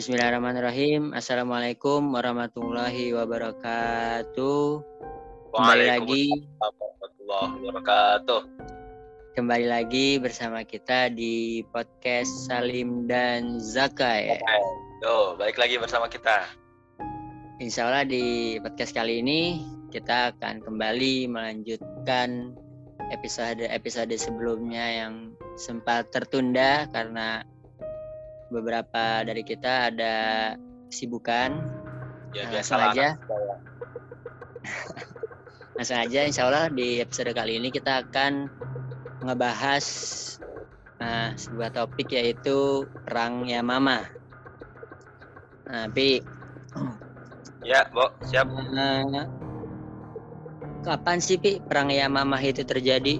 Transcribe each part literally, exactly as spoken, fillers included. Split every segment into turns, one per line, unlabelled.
Bismillahirrahmanirrahim. Assalamualaikum warahmatullahi wabarakatuh. Kembali lagi,
Waalaikumsalam warahmatullahi wabarakatuh.
kembali lagi bersama kita di podcast Salim dan Zaka ya.
Yo, balik lagi bersama kita.
Insya Allah di podcast kali ini kita akan kembali melanjutkan episode-episode sebelumnya yang sempat tertunda karena beberapa dari kita ada kesibukan.
Ya,
Nah,
biasa
langsung aja.
lah.
Langsung aja insya Allah di episode kali ini kita akan ngebahas uh, sebuah topik yaitu Perang Yamamah. Nah, Pi.
Ya, Bo, siap.
Uh, kapan sih, Pi, Perang Yamamah itu terjadi?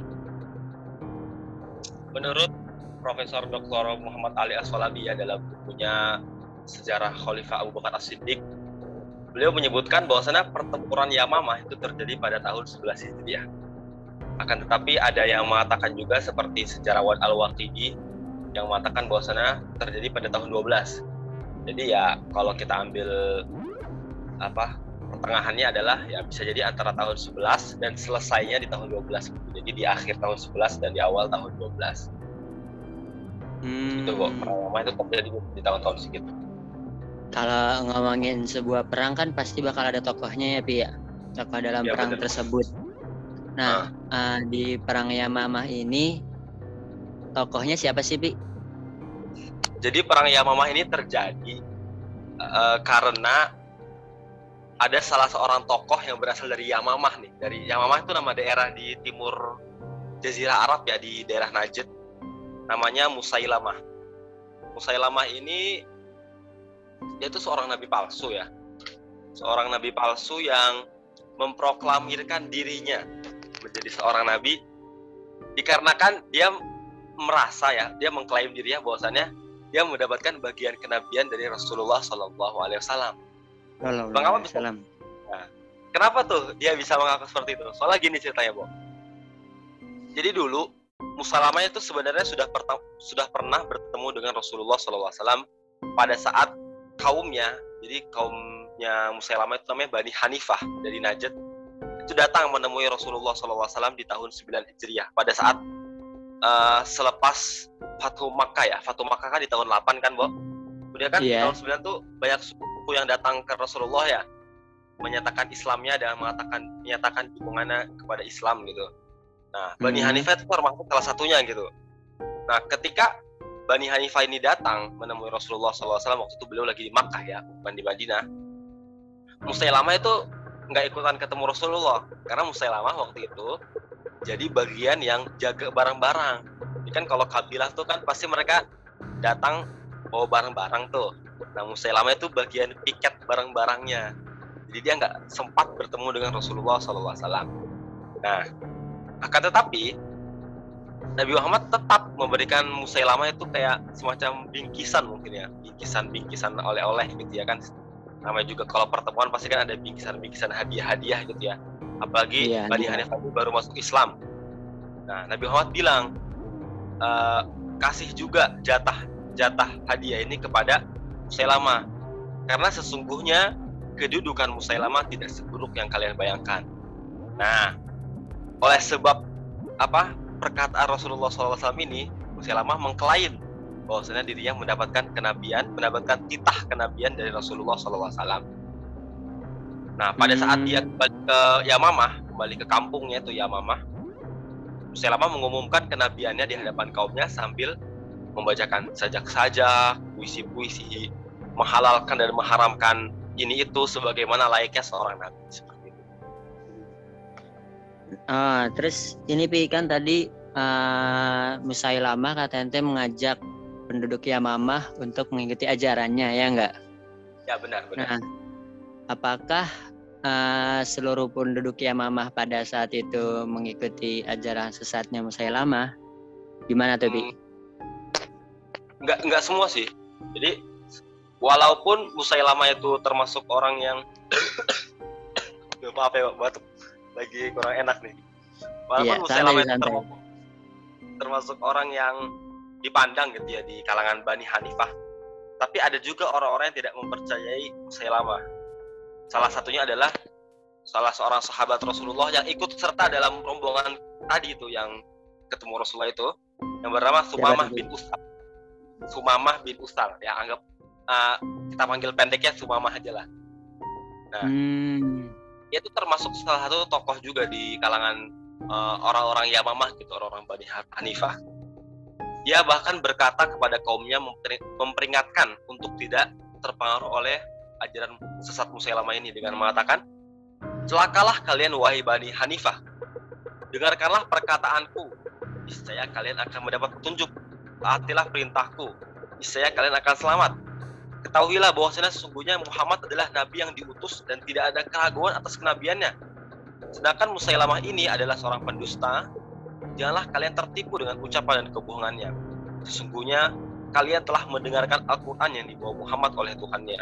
Menurut Profesor Doktor Muhammad Ali As-Salabi ya, dalam bukunya Sejarah Khalifah Abu Bakar As-Siddiq, beliau menyebutkan bahwasanya pertempuran Yamamah itu terjadi pada tahun sebelas Hijriah. Akan tetapi ada yang mengatakan juga seperti sejarawan Al-Waqidi yang mengatakan bahwasanya terjadi pada tahun dua belas. Jadi ya kalau kita ambil apa pertengahannya adalah ya bisa jadi antara tahun sebelas dan selesainya di tahun dua belas. Jadi di akhir tahun sebelas dan di awal tahun dua belas.
Hmm.
Itu kok perang Yamamah itu terjadi di tahun-tahun segitu.
Kalau ngomongin sebuah perang kan pasti bakal ada tokohnya ya, Pi ya. Tokoh dalam
Ya,
perang
betul.
tersebut. Nah, uh, di Perang Yamamah ini tokohnya siapa sih, Pi?
Jadi perang Yamamah ini terjadi uh, karena ada salah seorang tokoh yang berasal dari Yamamah nih. Dari Yamamah itu nama daerah di timur Jazirah Arab ya, di daerah Najd. Namanya Musailamah. Musailamah ini dia itu seorang nabi palsu ya. Seorang nabi palsu yang memproklamirkan dirinya menjadi seorang nabi dikarenakan dia merasa ya, dia mengklaim dirinya bahwasannya dia mendapatkan bagian kenabian dari Rasulullah Shallallahu Alaihi Wasallam. Bang apa bisa? Nah, kenapa tuh dia bisa mengaku seperti itu? Soalnya gini ceritanya, Bo. Jadi dulu Musailamah itu sebenarnya sudah perta- sudah pernah bertemu dengan Rasulullah Shallallahu Alaihi Wasallam pada saat kaumnya, jadi kaumnya Musailamah itu namanya Bani Hanifah dari Najd, itu datang menemui Rasulullah Shallallahu Alaihi Wasallam di tahun sembilan Hijriah pada saat uh, selepas Fathu Makkah ya. Fathu Makkah kan di tahun delapan kan, Bo. Kemudian kan
Iya.
di tahun sembilan tuh banyak suku yang datang ke Rasulullah ya, menyatakan Islamnya dan mengatakan menyatakan dukungannya kepada Islam gitu. Nah, Bani hmm. Hanifah itu termasuk salah satunya gitu. Nah, ketika Bani Hanifah ini datang menemui Rasulullah shallallahu alaihi wasallam waktu itu beliau lagi di Makkah ya, bukan di Madinah. Musailamah itu nggak ikutan ketemu Rasulullah karena Musailamah waktu itu jadi bagian yang jaga barang-barang. Jadi kan kalau kabilah tuh kan pasti mereka datang bawa barang-barang tuh. Nah, Musailamah itu bagian piket barang-barangnya. Jadi dia nggak sempat bertemu dengan Rasulullah shallallahu alaihi wasallam. Nah, akan tetapi Nabi Muhammad tetap memberikan Musailamah itu kayak semacam bingkisan mungkin ya, bingkisan-bingkisan oleh-oleh gitu ya kan. Namanya juga kalau pertemuan pasti kan ada bingkisan-bingkisan hadiah-hadiah gitu ya. Apalagi iya, Bani Hanifah itu baru masuk Islam. Nah, Nabi Muhammad bilang e, kasih juga jatah jatah hadiah ini kepada Musailamah karena sesungguhnya kedudukan Musailamah tidak seburuk yang kalian bayangkan. Nah, oleh sebab apa perkataan Rasulullah shallallahu alaihi wasallam ini, Musailamah mengklaim bahwasanya dirinya mendapatkan kenabian, mendapatkan titah kenabian dari Rasulullah shallallahu alaihi wasallam. Nah, pada saat dia kembali ke Yamamah, kembali ke kampungnya itu Yamamah, Musailamah mengumumkan kenabiannya di hadapan kaumnya sambil membacakan sajak-sajak, puisi-puisi, menghalalkan dan mengharamkan ini itu sebagaimana layaknya seorang nabi.
Ah, terus ini Pi kan tadi uh, Musailamah kata ente mengajak penduduk Yamamah untuk mengikuti ajarannya ya enggak?
Ya benar benar.
Nah, apakah uh, seluruh penduduk Yamamah pada saat itu mengikuti ajaran sesatnya Musailamah? Gimana tuh Pi? Hmm,
enggak enggak semua sih. Jadi walaupun Musailamah itu termasuk orang yang maaf ya batuk lagi kurang enak nih. Walaupun iya, Musailamah itu termasuk, termasuk orang yang dipandang gitu ya di kalangan Bani Hanifah, Tapi ada juga orang-orang yang tidak mempercayai Musailamah. Salah satunya adalah salah seorang sahabat Rasulullah yang ikut serta dalam rombongan tadi itu yang ketemu Rasulullah itu, yang bernama Sumamah bin Usal. Sumamah bin Usal, ya anggap uh, kita panggil pendeknya Sumamah aja lah. Nah, hmm. dia itu termasuk salah satu tokoh juga di kalangan uh, orang-orang Yamamah gitu, orang-orang Bani Hanifah. Dia bahkan berkata kepada kaumnya, memperingatkan untuk tidak terpengaruh oleh ajaran sesat Musailamah ini dengan mengatakan, celakalah kalian wahai Bani Hanifah, dengarkanlah perkataanku, niscaya kalian akan mendapat petunjuk, taatilah perintahku, niscaya kalian akan selamat. Ketahuilah bahwasanya sesungguhnya Muhammad adalah nabi yang diutus dan tidak ada keraguan atas kenabiannya. Sedangkan Musailamah ini adalah seorang pendusta. Janganlah kalian tertipu dengan ucapan dan kebohongannya. Sesungguhnya kalian telah mendengarkan Al-Quran yang dibawa Muhammad oleh Tuhannya.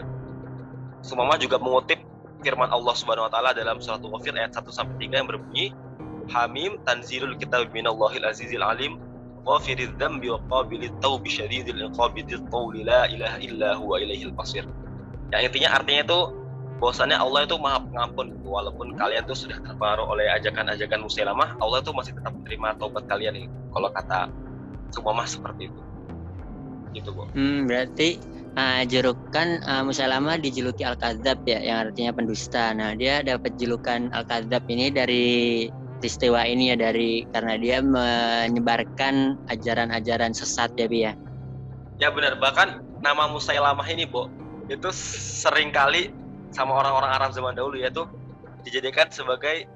Sumamah juga mengutip firman Allah Subhanahu wa taala dalam surat Ghafir ayat satu sampai tiga yang berbunyi, Hamim tanzilul kitab minallahil azizil alim, ghafiridz dzambi wa qabilit taubi syadidil iqabi dzil qawli la ilaha illa huwa ilaihil qasir. Yang intinya artinya itu bahwasannya Allah itu Maha Pengampun, walaupun kalian tuh sudah terpengaruh oleh ajakan-ajakan Musailamah, Allah itu masih tetap menerima taubat kalian nih. Kalau kata Sumamah seperti itu. Gitu, Bu.
Hmm, berarti uh, julukan uh, Musailamah dijuluki Al-Kadzab ya, yang artinya pendusta. Nah, dia dapat julukan Al-Kadzab ini dari peristiwa ini ya, dari karena dia menyebarkan ajaran-ajaran sesat ya, Bi ya.
Ya benar, bahkan nama Musailamah ini, Bu, itu seringkali sama orang-orang Arab zaman dahulu yaitu dijadikan sebagai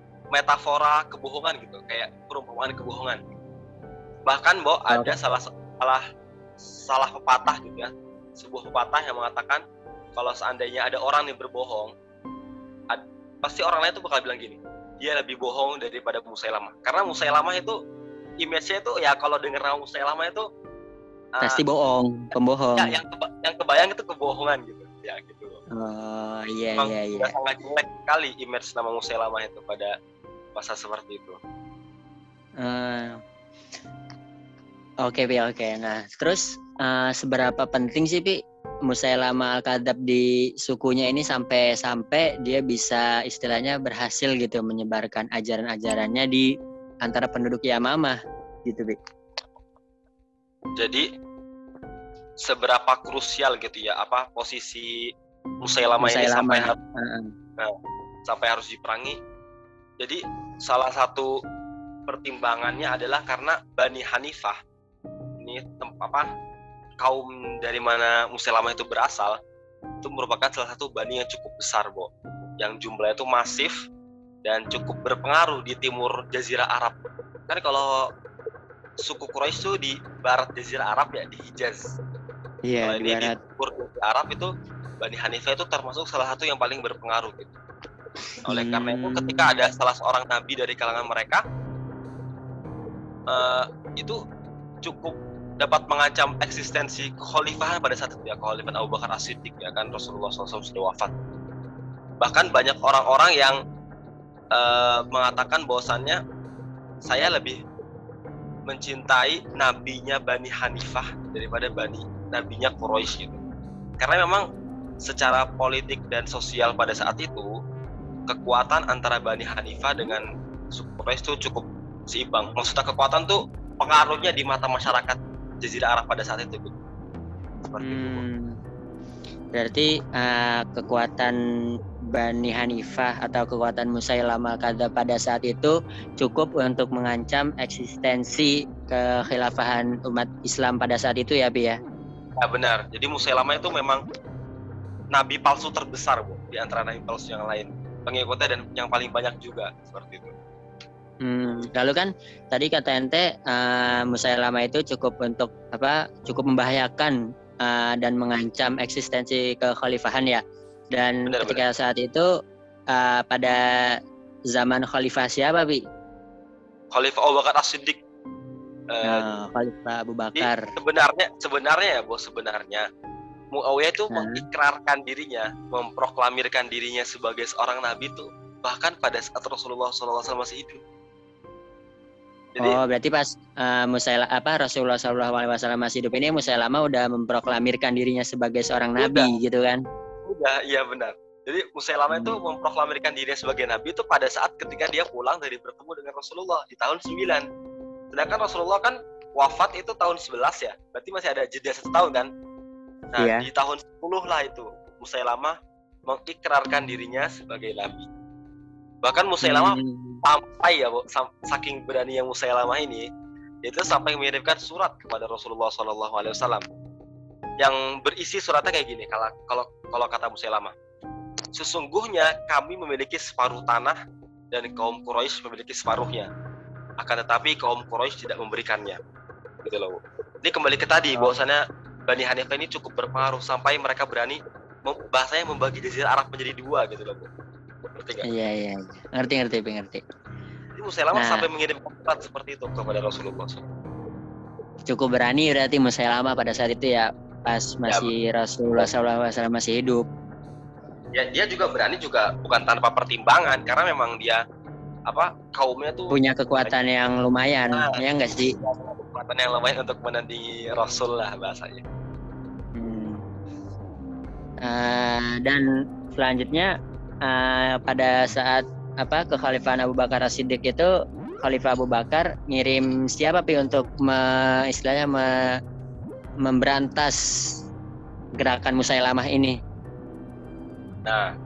metafora kebohongan gitu, kayak perumpamaan kebohongan. Bahkan Bo, ada salah salah salah pepatah gitu ya, sebuah pepatah yang mengatakan kalau seandainya ada orang yang berbohong, ad, pasti orang lain tuh bakal bilang gini, dia lebih bohong daripada Musailamah. Karena Musailamah itu image-nya itu ya, kalau dengar nama Musailamah itu
pasti uh, bohong, pembohong.
Ya, yang keba- yang kebayang itu kebohongan gitu, ya gitu.
Oh iya
Memang
iya iya.
Sangat jelek sekali image nama Musailamah itu pada masa seperti itu.
Uh, Oke okay, Pi, oke. Okay. Nah, terus uh, seberapa penting sih Pi Musailamah Al-Kadzab di sukunya ini sampai sampai dia bisa istilahnya berhasil gitu menyebarkan ajaran-ajarannya di antara penduduk Yamamah gitu Pi.
Jadi seberapa krusial gitu ya apa posisi Musailamah ini sampai harus uh-uh. nah, sampai harus diperangi. Jadi salah satu pertimbangannya adalah karena Bani Hanifah ini tem- apa kaum dari mana Musailamah itu berasal itu merupakan salah satu bani yang cukup besar, Bo, yang jumlahnya itu masif dan cukup berpengaruh di timur Jazirah Arab. Kan kalau suku Quraisy itu di barat Jazirah Arab ya, di Hijaz.
Iya,
di
barat.
Di timur Jazirah Arab itu Bani Hanifah itu termasuk salah satu yang paling berpengaruh gitu. Oleh hmm. karena itu ketika ada salah seorang nabi dari kalangan mereka uh, itu cukup dapat mengancam eksistensi kekhalifahan pada saat itu ya, kekhalifahan Abu Bakar As-Siddiq ya kan, Rasulullah shallallahu alaihi wasallam sudah wafat. Bahkan banyak orang-orang yang uh, mengatakan bahwasannya saya lebih mencintai nabinya Bani Hanifah daripada bani nabinya Quraisy gitu. Karena memang secara politik dan sosial pada saat itu kekuatan antara Bani Hanifah dengan suku Quraisy itu cukup seimbang. Maksudnya kekuatan tuh pengaruhnya di mata masyarakat Jazirah Arab pada saat itu. Seperti hmm. itu.
Berarti uh, kekuatan Bani Hanifah atau kekuatan Musailamah Al-Kadzab pada saat itu cukup untuk mengancam eksistensi kekhilafahan umat Islam pada saat itu ya, Bi ya?
Ya benar. Jadi Musailamah itu memang nabi palsu terbesar, Bu, di antara nabi palsu yang lain. Pengikutnya dan yang paling banyak juga seperti itu.
Hmm, lalu kan tadi kata ente uh, Musailamah itu cukup untuk apa? Cukup membahayakan uh, dan mengancam eksistensi kekhalifahan ya. Dan benar, ketika benar. Saat itu uh, pada zaman khalifah siapa, Bi?
Khalifah Abu Bakar As-Siddiq. Uh,
nah, Khalifah Abu Bakar.
Sebenarnya sebenarnya ya, Bos, sebenarnya Muawiyah itu nah. mengikrarkan dirinya, memproklamirkan dirinya sebagai seorang nabi itu bahkan pada saat Rasulullah shallallahu alaihi wasallam masih hidup. Jadi,
oh, berarti pas uh, Musailah apa Rasulullah Shallallahu Alaihi Wasallam masih hidup ini, Musailama udah memproklamirkan dirinya sebagai seorang nabi,
udah,
gitu kan?
udah, iya benar. Jadi Musailama itu
Hmm.
memproklamirkan dirinya sebagai nabi itu pada saat ketika dia pulang dari bertemu dengan Rasulullah di tahun sembilan. Sedangkan Rasulullah kan wafat itu tahun sebelas ya. Berarti masih ada jeda satu tahun kan? Nah,
Iya.
di tahun sepuluh lah itu Musailama mengikrarkan dirinya sebagai nabi. Bahkan Musailama
Hmm.
sampai ya, Bu, sam- saking berani yang Musailama ini, itu sampai mengirimkan surat kepada Rasulullah Shallallahu Alaihi Wasallam yang berisi suratnya kayak gini. Kalau kalau kalau kata Musailama, sesungguhnya kami memiliki separuh tanah dan kaum Quraisy memiliki separuhnya. Akan tetapi kaum Quraisy tidak memberikannya. Gitu loh, Bu. Ini kembali ke tadi,
Oh.
bahwasanya Bani Hanifah ini cukup berpengaruh sampai mereka berani mem- bahasanya membagi Jazirah Arab menjadi dua gitu loh, Bu. Ngerti nggak?
Iya, iya, iya. Ngerti, ngerti, ngerti.
Jadi Musailama
Nah.
sampai mengirimkan surat seperti itu kepada Rasulullah.
Cukup berani berarti Musailama pada saat itu ya, pas masih Rasulullah Shallallahu Alaihi Wasallam masih hidup.
Ya, dia juga berani juga bukan tanpa pertimbangan karena memang dia apa kaumnya tuh
Punya kekuatan yang lumayan,
Nah.
ya enggak sih?
kekuatan yang lumayan untuk menandingi Rasul lah bahasanya.
Hmm. Uh, dan selanjutnya uh, pada saat apa kekhalifahan Abu Bakar As-Siddiq itu, Khalifah Abu Bakar ngirim siapa pi untuk me, istilahnya me, memberantas gerakan Musailamah ini?
Nah,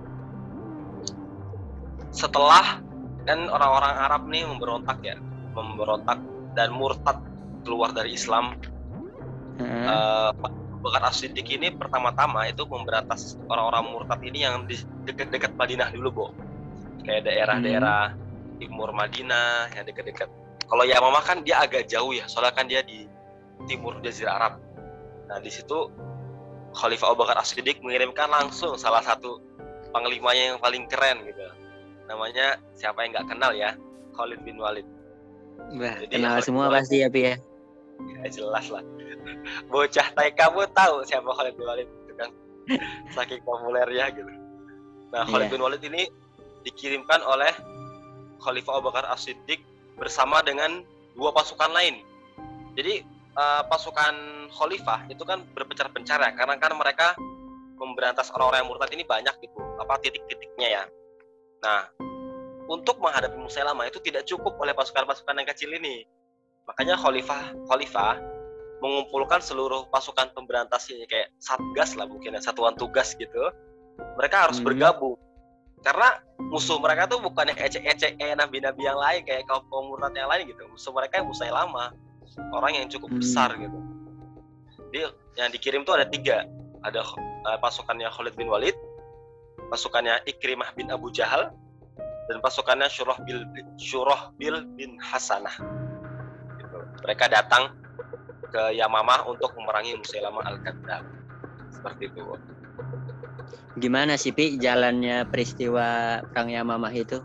setelah kan orang-orang Arab nih memberontak ya, memberontak dan murtad keluar dari Islam.
Hmm.
Uh, Abu Bakar As-Siddiq ini pertama-tama itu memberantas orang-orang murtad ini yang di dekat-dekat Madinah dulu, Bo. Kayak daerah-daerah hmm. timur Madinah yang dekat-dekat. Kalau Yamamah kan dia agak jauh ya, soalnya kan dia di timur Jazirah Arab. Nah, di situ Khalifah Abu Bakar As-Siddiq mengirimkan langsung salah satu panglimanya yang paling keren gitu. Namanya siapa yang nggak kenal ya, Khalid bin Walid.
Bah, kenal semua pasti ya, Pi ya.
Ya jelas lah. Bocah T K kamu tahu siapa Khalid bin Walid itu kan. Saking populernya gitu. Nah, Khalid yeah. bin Walid ini dikirimkan oleh Khalifah Abu Bakar As-Siddiq bersama dengan dua pasukan lain. Jadi uh, pasukan Khalifah itu kan berpencar-pencar ya, karena kan mereka memberantas orang-orang yang murtad ini banyak gitu, apa titik-titiknya ya. Nah, untuk menghadapi Musailamah itu tidak cukup oleh pasukan-pasukan yang kecil ini. Makanya Khalifah Khalifah mengumpulkan seluruh pasukan pemberantas ini kayak satgas lah mungkin ya, satuan tugas gitu. Mereka harus hmm. bergabung. Karena musuh mereka tuh bukan yang ecek-ecek kayak nabi-nabi yang lain, kayak kaum murtad yang lain gitu. Musuh mereka yang Musailamah, orang yang cukup hmm. besar gitu. Jadi yang dikirim tuh ada tiga. Ada uh, pasukannya Khalid bin Walid, pasukannya Ikrimah bin Abu Jahal, dan pasukannya Syurahbil Syurahbil bin Hasanah. Gitu. Mereka datang ke Yamamah untuk memerangi Musailamah Al-Kadzdzab. Seperti itu.
Gimana sih Pi jalannya peristiwa perang Yamamah itu?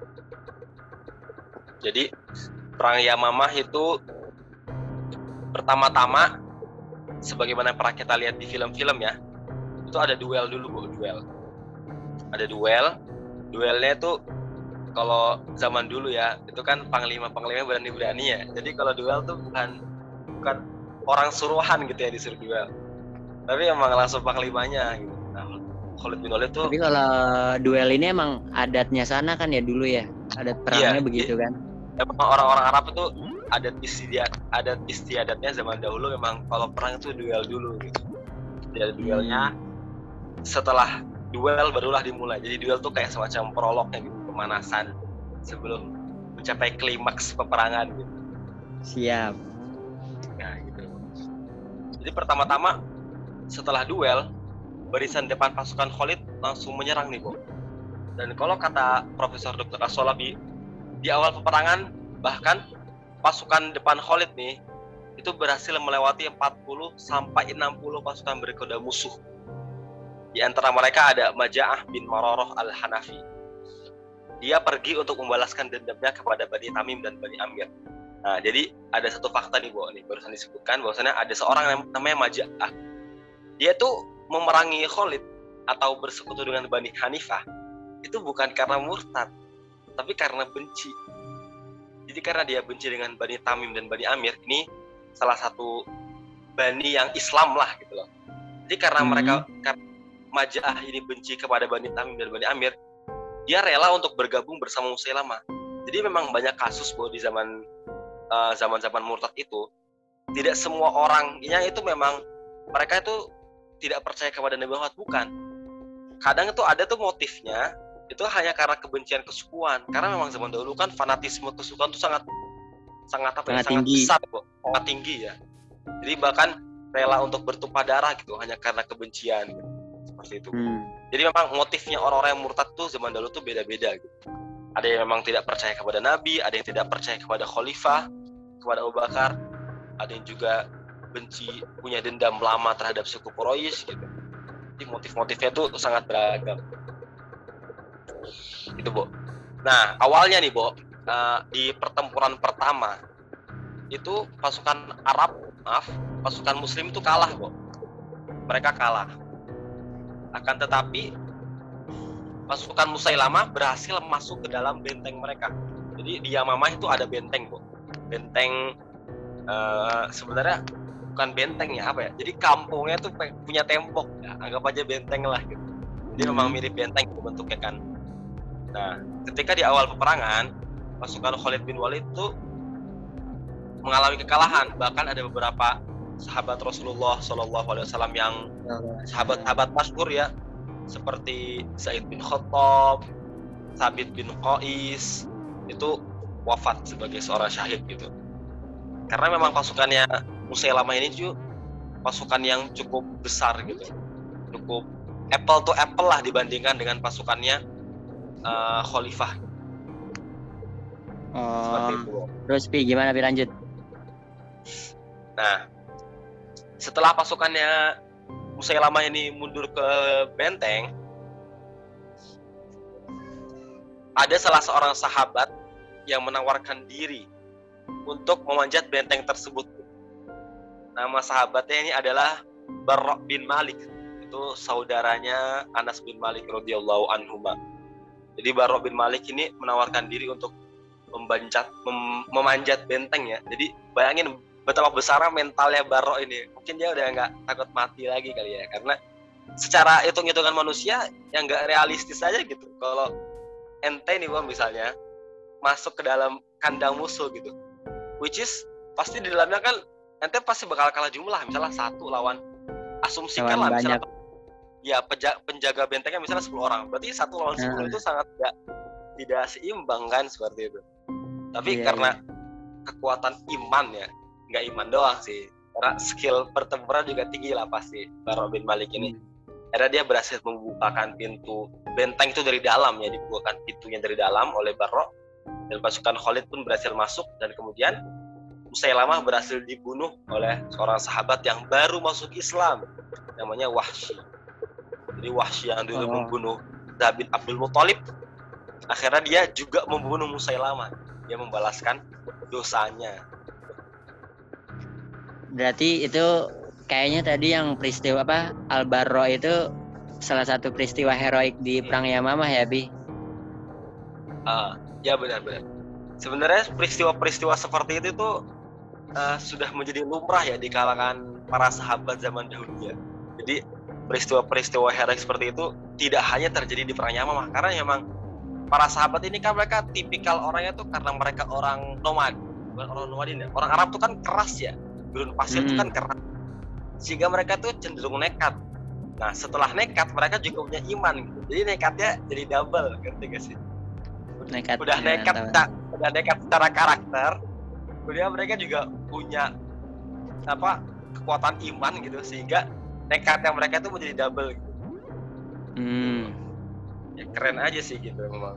Jadi perang Yamamah itu pertama-tama sebagaimana pernah kita lihat di film-film ya, itu ada duel dulu Bu, duel. Ada duel. Duelnya itu kalau zaman dulu ya, itu kan panglima-panglima berani-berani ya. Jadi kalau duel tuh bukan bukan orang suruhan gitu ya disuruh duel. Tapi emang langsung panglimanya gitu. Nah, Khalid bin Walid tuh.
Tapi kalau duel ini emang adatnya sana kan ya dulu ya, adat perangnya iya, begitu iya. kan?
Emang orang-orang Arab itu adat istiadat, adat istiadatnya zaman dahulu memang kalau perang itu duel dulu gitu. Jadi duelnya hmm. setelah duel barulah dimulai. Jadi duel tuh kayak semacam prolognya gitu, pemanasan sebelum mencapai klimaks peperangan gitu.
Siap.
Nah, gitu. Jadi pertama-tama setelah duel, barisan depan pasukan Khalid langsung menyerang nih, Bu. Dan kalau kata Profesor Doktor As-Solabi, di awal peperangan bahkan pasukan depan Khalid nih itu berhasil melewati empat puluh sampai enam puluh pasukan berkuda musuh. Di antara mereka ada Maja'ah bin Mararah Al-Hanafi. Dia pergi untuk membalaskan dendamnya kepada Bani Tamim dan Bani Amir. Nah, jadi ada satu fakta nih, Bu, nih barusan disebutkan bahwasanya ada seorang yang namanya Maja'ah. Dia tuh memerangi Khalid atau bersekutu dengan Bani Hanifah itu bukan karena murtad, tapi karena benci. Jadi karena dia benci dengan Bani Tamim dan Bani Amir, ini salah satu Bani yang Islam lah gitu loh. Jadi karena hmm. mereka karena Maja'ah ini benci kepada Bani Tamim dan Bani Amir, dia rela untuk bergabung bersama Musailamah. Jadi memang banyak kasus bahwa di zaman uh, zaman-zaman murtad itu tidak semua orangnya itu memang mereka itu tidak percaya kepada Nabi Muhammad, bukan. Kadang itu ada tuh motifnya itu hanya karena kebencian kesukuan. Karena memang zaman dahulu kan fanatisme kesukuan itu sangat sangat apa ya, sangat besar kok, sangat tinggi ya. Jadi bahkan rela untuk bertumpah darah gitu hanya karena kebencian gitu. Seperti itu. Hmm. Jadi memang motifnya orang-orang yang murtad tuh zaman dahulu tuh beda-beda gitu. Ada yang memang tidak percaya kepada Nabi, ada yang tidak percaya kepada Khalifah, kepada Abu Bakar, ada yang juga benci, punya dendam lama terhadap suku Quraisy gitu. Jadi motif-motifnya tuh sangat beragam. Itu, Bo. Nah, awalnya nih, Bo, uh, di pertempuran pertama itu pasukan Arab, maaf, pasukan Muslim itu kalah, Bo. Mereka kalah. Akan tetapi pasukan Musailamah berhasil masuk ke dalam benteng mereka. Jadi di Yamamah itu ada benteng, Bo. Benteng uh, sebenarnya bukan benteng ya, apa ya? Jadi kampungnya tuh punya tembok, ya. Anggap aja benteng lah gitu. Jadi hmm. memang mirip benteng bentuknya kan. Nah, ketika di awal peperangan, pasukan Khalid bin Walid itu mengalami kekalahan. Bahkan ada beberapa sahabat Rasulullah Shallallahu Alaihi Wasallam yang sahabat-sahabat masyhur ya, seperti Zaid bin Khattab, Thabit bin Qais, itu wafat sebagai seorang syahid gitu. Karena memang pasukannya Musailamah ini juga pasukan yang cukup besar gitu, cukup apple to apple lah dibandingkan dengan pasukannya uh, Khalifah.
Oh, terus Pi gimana Pi lanjut?
Nah, setelah pasukannya Musailamah ini mundur ke benteng, ada salah seorang sahabat yang menawarkan diri untuk memanjat benteng tersebut. Nama sahabatnya ini adalah Barra bin Malik. Itu saudaranya Anas bin Malik radhiyallahu anhuma. Jadi Barra bin Malik ini menawarkan diri untuk membanjat, mem- memanjat benteng ya. Jadi bayangin betapa besarnya mentalnya Barra ini. Mungkin dia udah nggak takut mati lagi kali ya. Karena secara hitung-hitungan manusia yang nggak realistis aja gitu. Kalau ente nih bang misalnya masuk ke dalam kandang musuh gitu, which is pasti di dalamnya kan ente pasti bakal kalah jumlah, misalnya satu lawan asumsikan lah misalnya ya penjaga, penjaga bentengnya misalnya sepuluh orang, berarti satu lawan sepuluh hmm. itu sangat tidak tidak seimbang kan seperti itu. Tapi yeah, karena yeah. kekuatan iman ya, nggak iman doang sih, karena skill pertempuran juga tinggi lah pasti Barra bin Malik ini. Hmm. Karena dia berhasil membukakan pintu benteng itu dari dalam ya, dibukakan pintunya dari dalam oleh Barra, dan pasukan Khalid pun berhasil masuk, dan kemudian Musailamah berhasil dibunuh oleh seorang sahabat yang baru masuk Islam, namanya Wahsy. Jadi Wahsy yang dulu oh. membunuh Zabid Abdul Muthalib, akhirnya dia juga membunuh Musailamah. Dia membalaskan dosanya.
Berarti itu kayaknya tadi yang peristiwa apa Al-Barra itu salah satu peristiwa heroik di Perang Yamamah ya, Bi?
Uh, ya benar-benar. Sebenarnya peristiwa-peristiwa seperti itu tuh uh, sudah menjadi lumrah ya di kalangan para sahabat zaman dahulu ya. Jadi peristiwa-peristiwa heroik seperti itu tidak hanya terjadi di Perang Yamamah, karena memang para sahabat ini kan mereka tipikal orangnya tuh karena mereka orang nomad, bukan orang nomadin ya. Orang Arab tuh kan keras ya, gurun pasir hmm. tuh kan keras, sehingga mereka tuh cenderung nekat. Nah setelah nekat mereka juga punya iman gitu. Jadi nekatnya jadi double, ngerti gak sih? Nekat, udah nekat, ya, udah nekat secara karakter, kemudian mereka juga punya apa kekuatan iman gitu, sehingga nekatnya mereka itu menjadi double gitu.
Hmm.
Ya keren aja sih gitu memang.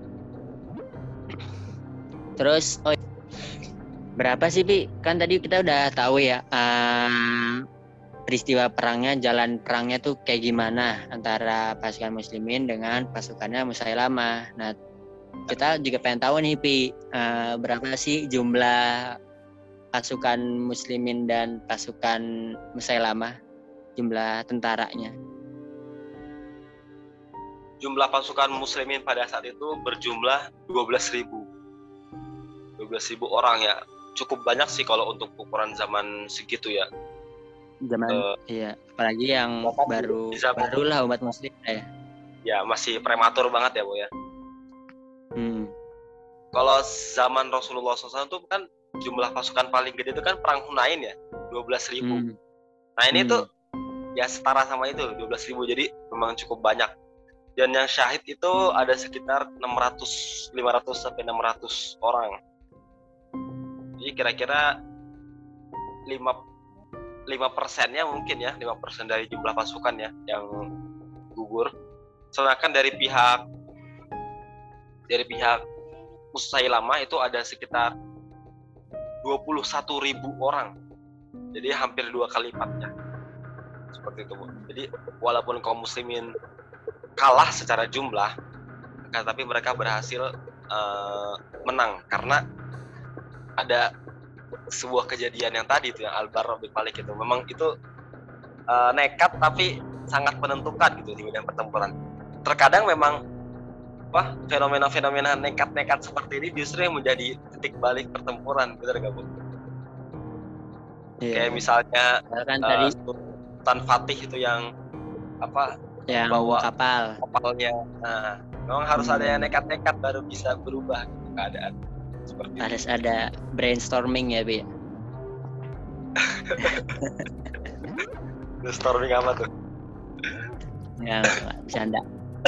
Terus oh, berapa sih Pi? Kan tadi kita udah tahu ya um, peristiwa perangnya, jalan perangnya tuh kayak gimana antara pasukan muslimin dengan pasukannya Musailamah. Nah kita juga pengen tahu nih Pi, uh, berapa sih jumlah pasukan muslimin dan pasukan Musailamah, jumlah tentaranya?
Jumlah pasukan muslimin pada saat itu berjumlah dua belas ribu dua belas ribu orang ya. Cukup banyak sih kalau untuk ukuran zaman segitu ya.
Zaman uh, iya, apalagi yang baru barulah umat muslim ya.
Ya, masih prematur banget ya, Bu ya.
Hmm.
Kalau zaman Rasulullah shallallahu alaihi wasallam tuh kan jumlah pasukan paling gede itu kan perang Hunain ya, dua belas ribu. Hmm. Nah, ini hmm. tuh ya setara sama itu, dua belas ribu. Jadi memang cukup banyak. Dan yang syahid itu ada sekitar enam ratus, lima ratus sampai enam ratus orang. Jadi kira-kira lima persennya mungkin ya, lima persen dari jumlah pasukan ya yang gugur. Sedangkan dari pihak dari pihak Musailamah itu ada sekitar dua puluh satu ribu orang. Jadi hampir dua kali lipatnya. Seperti itu, Bu. Jadi walaupun kaum muslimin kalah secara jumlah, tapi mereka berhasil uh, menang karena ada sebuah kejadian yang tadi itu yang Al-Barra bin Malik itu. Memang itu uh, nekat tapi sangat menentukan gitu di medan pertempuran. Terkadang memang wah, fenomena-fenomena nekat-nekat seperti ini justru yang menjadi titik balik pertempuran, benar nggak, Bu?
Iya.
Kayak misalnya
kan
uh,
tadi
Sultan Fatih itu yang apa
yang
bawa
kapal
kapalnya. Nah, memang harus hmm. ada yang nekat-nekat baru bisa berubah gitu, keadaan seperti
harus itu. Ada brainstorming ya, Bi.
Brainstorming apa tuh?
Ya, bercanda.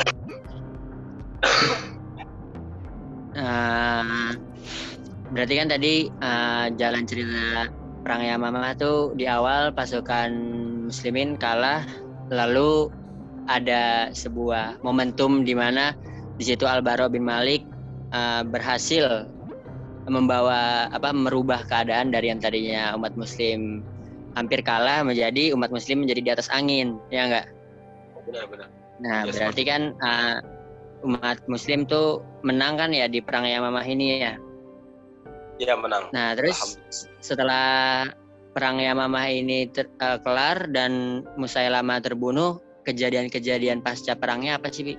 Uh, berarti kan tadi uh, jalan cerita perang Yamamah tuh di awal pasukan muslimin kalah, lalu ada sebuah momentum di mana di situ Al-Barra bin Malik uh, berhasil membawa apa merubah keadaan dari yang tadinya umat muslim hampir kalah menjadi umat muslim menjadi di atas angin, ya enggak?
Benar-benar.
Nah,
ya,
berarti kan uh, umat muslim tuh menang kan ya di perang Yamamah ini ya?
Iya, menang.
Nah, terus setelah perang Yamamah ini ter, uh, kelar dan Musailamah terbunuh, kejadian-kejadian pasca perangnya apa sih, Bi?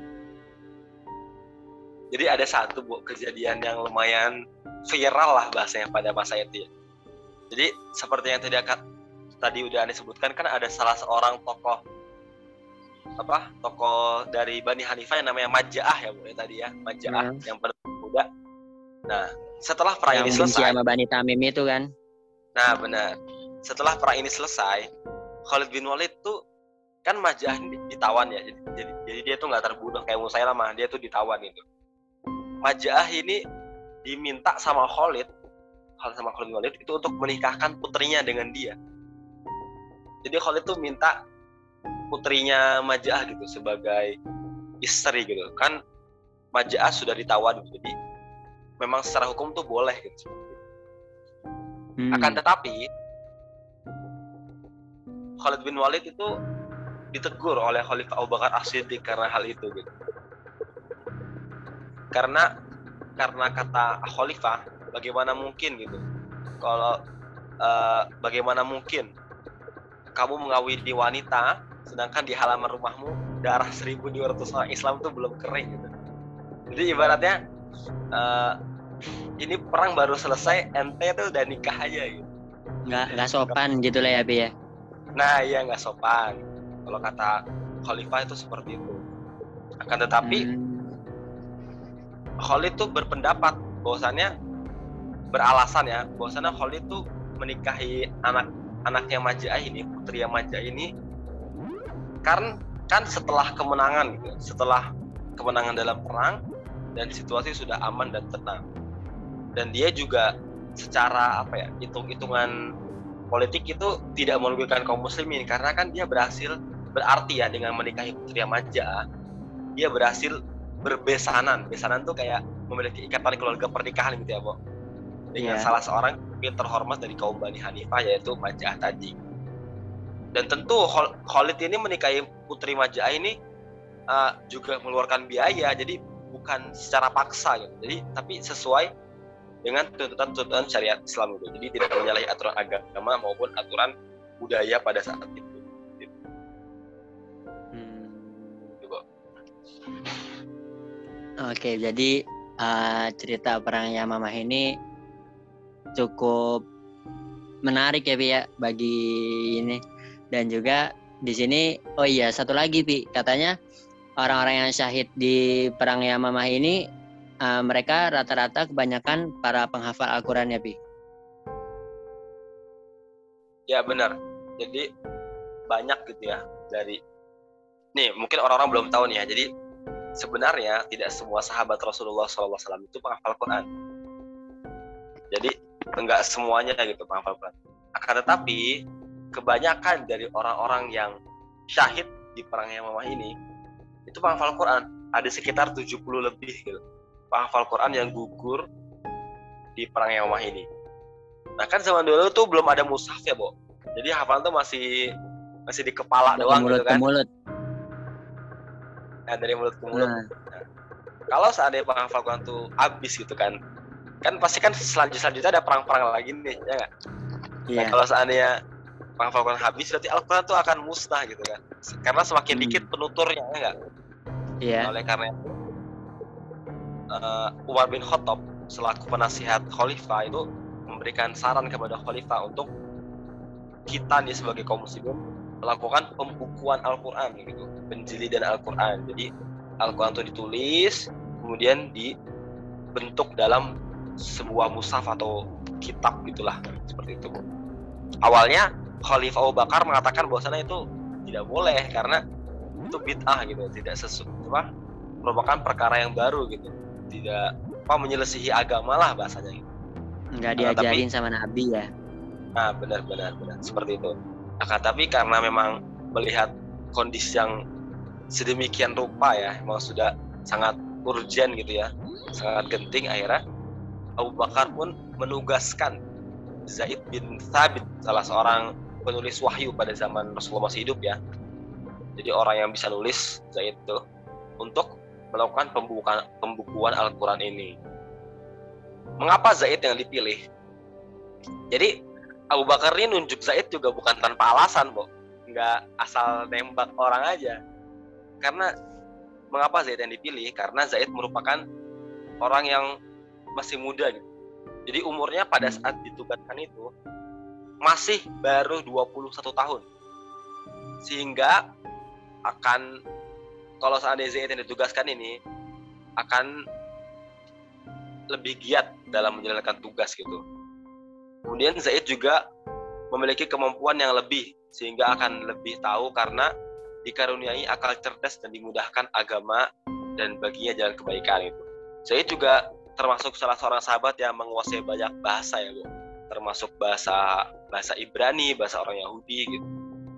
Jadi ada satu, Bu, kejadian yang lumayan viral lah bahasanya pada masa itu ya. Jadi seperti yang tadi, tadi udah Anda sebutkan, kan ada salah seorang tokoh apa tokoh dari Bani Hanifah yang namanya Maja'ah ya, Bu, ya tadi ya, Maja'ah hmm. yang pada muda. Nah, setelah perang
yang
ini selesai,
sama Bani Tamim itu kan.
Nah, benar. Setelah perang ini selesai, Khalid bin Walid tuh kan Maja'ah ini ditawan ya. Jadi jadi, jadi dia tuh enggak terbunuh kayak Musailamah, dia tuh ditawan gitu. Maja'ah ini diminta sama Khalid, Khalid sama Khalid bin Walid itu untuk menikahkan putrinya dengan dia. Jadi Khalid tuh minta putrinya Maja'ah gitu sebagai istri gitu. Kan Maja'ah sudah ditawan gitu. Jadi memang secara hukum tuh boleh gitu. Hmm. Akan tetapi Khalid bin Walid itu ditegur oleh Khalifah Abu Bakar As-Siddiq karena hal itu gitu. Karena karena kata Khalifah, bagaimana mungkin gitu. Kalau uh, bagaimana mungkin kamu mengawini wanita sedangkan di halaman rumahmu darah seribu dua ratus orang Islam tuh belum kering gitu. Jadi ibaratnya uh, ini perang baru selesai, ente tuh udah nikah aja gitu.
Nggak nggak sopan gitu lah ya, Bi ya.
Nah, iya nggak sopan. Kalau kata Khalifah itu seperti itu. Akan tetapi hmm. Khalid tuh berpendapat bahwasannya beralasan ya, bahwasannya Khalid tuh menikahi anak anaknya Maja'ah ini, putri yang Maja'ah ini kan kan setelah kemenangan gitu, setelah kemenangan dalam perang dan situasi sudah aman dan tenang. Dan dia juga secara apa ya, hitung-hitungan politik itu tidak merugikan kaum muslimin karena kan dia berhasil, berarti ya dengan menikahi putri yang Maja'ah, dia berhasil berbesanan. Besanan tuh kayak memiliki ikatan keluarga pernikahan gitu ya, Bu. Dengan yeah. salah seorang yang terhormat dari kaum Bani Hanifah yaitu Maja'ah tadi. Dan tentu Khalid ini menikahi putri Maja'ah ini uh, juga mengeluarkan biaya, jadi bukan secara paksa gitu. Jadi tapi sesuai dengan tuntutan-tuntutan syariat Islam itu. Jadi tidak menyalahi aturan agama maupun aturan budaya pada saat itu. Gitu.
Hmm. Oke, jadi uh, cerita perang Yamamah ini cukup menarik ya Pi ya bagi ini. Dan juga di sini oh iya satu lagi Pi, katanya orang-orang yang syahid di perang Yamamah ini uh, mereka rata-rata kebanyakan para penghafal Al-Qur'an ya Pi.
Ya benar. Jadi banyak gitu ya dari nih mungkin orang-orang belum tahu nih ya. Jadi sebenarnya tidak semua sahabat Rasulullah shallallahu alaihi wasallam itu penghafal Quran. Jadi enggak semuanya gitu penghafal Quran. Akan tetapi kebanyakan dari orang-orang yang syahid di perang Yamamah ini itu penghafal Quran. Ada sekitar tujuh puluh lebih gitu penghafal Quran yang gugur di perang Yamamah ini. Nah kan zaman dulu tuh belum ada mushaf ya, Bo. Jadi hafalan tuh masih masih di kepala
dari
doang
mulut
gitu kan.
Ke mulut.
Nah, dari mulut ke mulut.
Nah.
Nah, kalau seandainya penghafal Quran tuh habis gitu kan, kan pasti kan selanjutnya selanjutnya ada perang-perang lagi nih, ya nggak?
Iya.
Nah, kalau seandainya penghafal Quran habis, berarti Al-Quran tuh akan musnah gitu kan. Karena semakin
Hmm.
dikit penuturnya, ya nggak?
Iya.
Oleh karena itu, uh, Umar bin Khattab selaku penasihat khalifah itu memberikan saran kepada khalifah untuk kita nih sebagai kaum muslimin melakukan pembukuan Al-Quran gitu, penjilidan Al-Quran. Jadi Al-Quran itu ditulis, kemudian dibentuk dalam sebuah mushaf atau kitab gitulah, seperti itu. Awalnya Khalifah Abu Bakar mengatakan bahwasanya itu tidak boleh karena itu bid'ah gitu, tidak sesuatu apa merupakan perkara yang baru gitu, tidak apa menyelisihi agama lah bahasanya gitu.
Nggak
Nah,
diajarin
tapi,
sama Nabi ya.
Nah benar-benar benar seperti itu. Akan tapi karena memang melihat kondisi yang sedemikian rupa ya, memang sudah sangat urgent gitu ya, sangat genting, akhirnya Abu Bakar pun menugaskan Zaid bin Thabit, salah seorang penulis wahyu pada zaman Rasulullah masih hidup ya. Jadi orang yang bisa nulis, Zaid itu, untuk melakukan pembukaan, pembukuan Al-Quran ini. Mengapa Zaid yang dipilih? Jadi Abu Bakar ini nunjuk Zaid juga bukan tanpa alasan, Bo. Nggak asal nembak orang aja. Karena mengapa Zaid yang dipilih? Karena Zaid merupakan orang yang masih muda gitu. Jadi umurnya pada saat ditugaskan itu masih baru dua puluh satu tahun. Sehingga akan kalau seandainya Zaid yang ditugaskan ini akan lebih giat dalam menjalankan tugas gitu. Kemudian Zaid juga memiliki kemampuan yang lebih sehingga akan lebih tahu karena dikaruniai akal cerdas dan dimudahkan agama dan baginya jalan kebaikan itu. Zaid juga termasuk salah seorang sahabat yang menguasai banyak bahasa ya, Bu. Termasuk bahasa bahasa Ibrani, bahasa orang Yahudi gitu.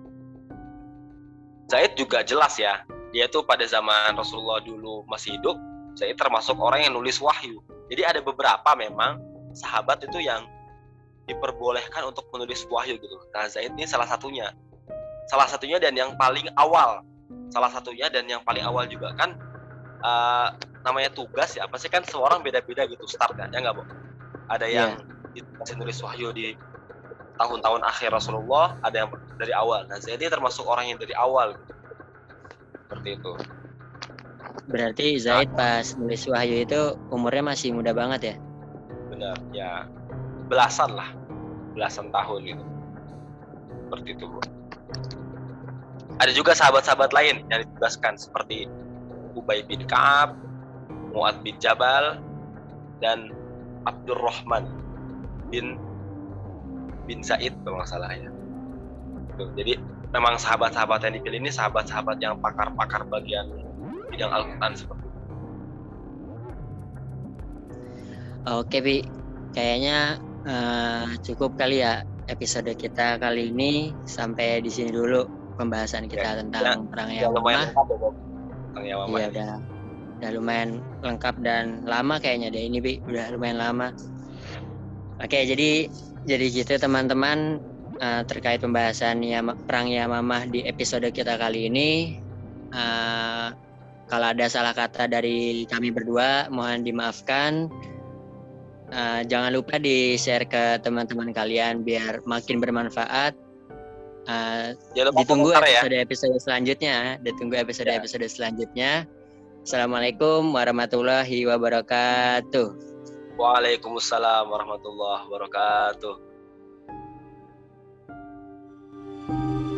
Zaid juga jelas ya, dia tuh pada zaman Rasulullah dulu masih hidup, Zaid termasuk orang yang nulis wahyu. Jadi ada beberapa memang sahabat itu yang diperbolehkan untuk menulis wahyu gitu. Nah, Zaid ini salah satunya. Salah satunya dan yang paling awal. Salah satunya dan yang paling awal juga kan uh, namanya tugas ya. Pasti kan seorang beda-beda gitu startnya, ya nggak, Bu? Ada yang yeah. nulis wahyu di tahun-tahun akhir Rasulullah, ada yang dari awal. Nah, Zaid ini termasuk orang yang dari awal gitu. Seperti itu.
Berarti Zaid nah, pas nulis wahyu itu umurnya masih muda banget ya?
Benar, ya. Belasan lah, belasan tahun gitu, seperti itu, Bu. Ada juga sahabat-sahabat lain yang ditugaskan seperti Ubay bin Ka'ab, Mu'ad bin Jabal, dan Abdurrahman bin bin Zaid kalau nggak salah ya. Jadi memang sahabat-sahabat yang dipilih ini sahabat-sahabat yang pakar-pakar bagian bidang Al-Quran seperti itu.
Oke, Bi. Kayaknya Uh, cukup kali ya episode kita kali ini, sampai di sini dulu pembahasan kita ya, tentang ya, perang Yamamah. Iya udah, udah lumayan lengkap dan lama kayaknya deh ini, Bi. Udah lumayan lama. Oke, jadi jadi gitu teman-teman, uh, terkait pembahasan Yam- perang Yamamah di episode kita kali ini. Uh, kalau ada salah kata dari kami berdua, mohon dimaafkan. Uh, jangan lupa di-share ke teman-teman kalian biar makin bermanfaat. Uh, ditunggu episode-episode ya. selanjutnya. Ditunggu episode-episode ya. selanjutnya. Assalamualaikum warahmatullahi wabarakatuh.
Waalaikumsalam warahmatullahi wabarakatuh.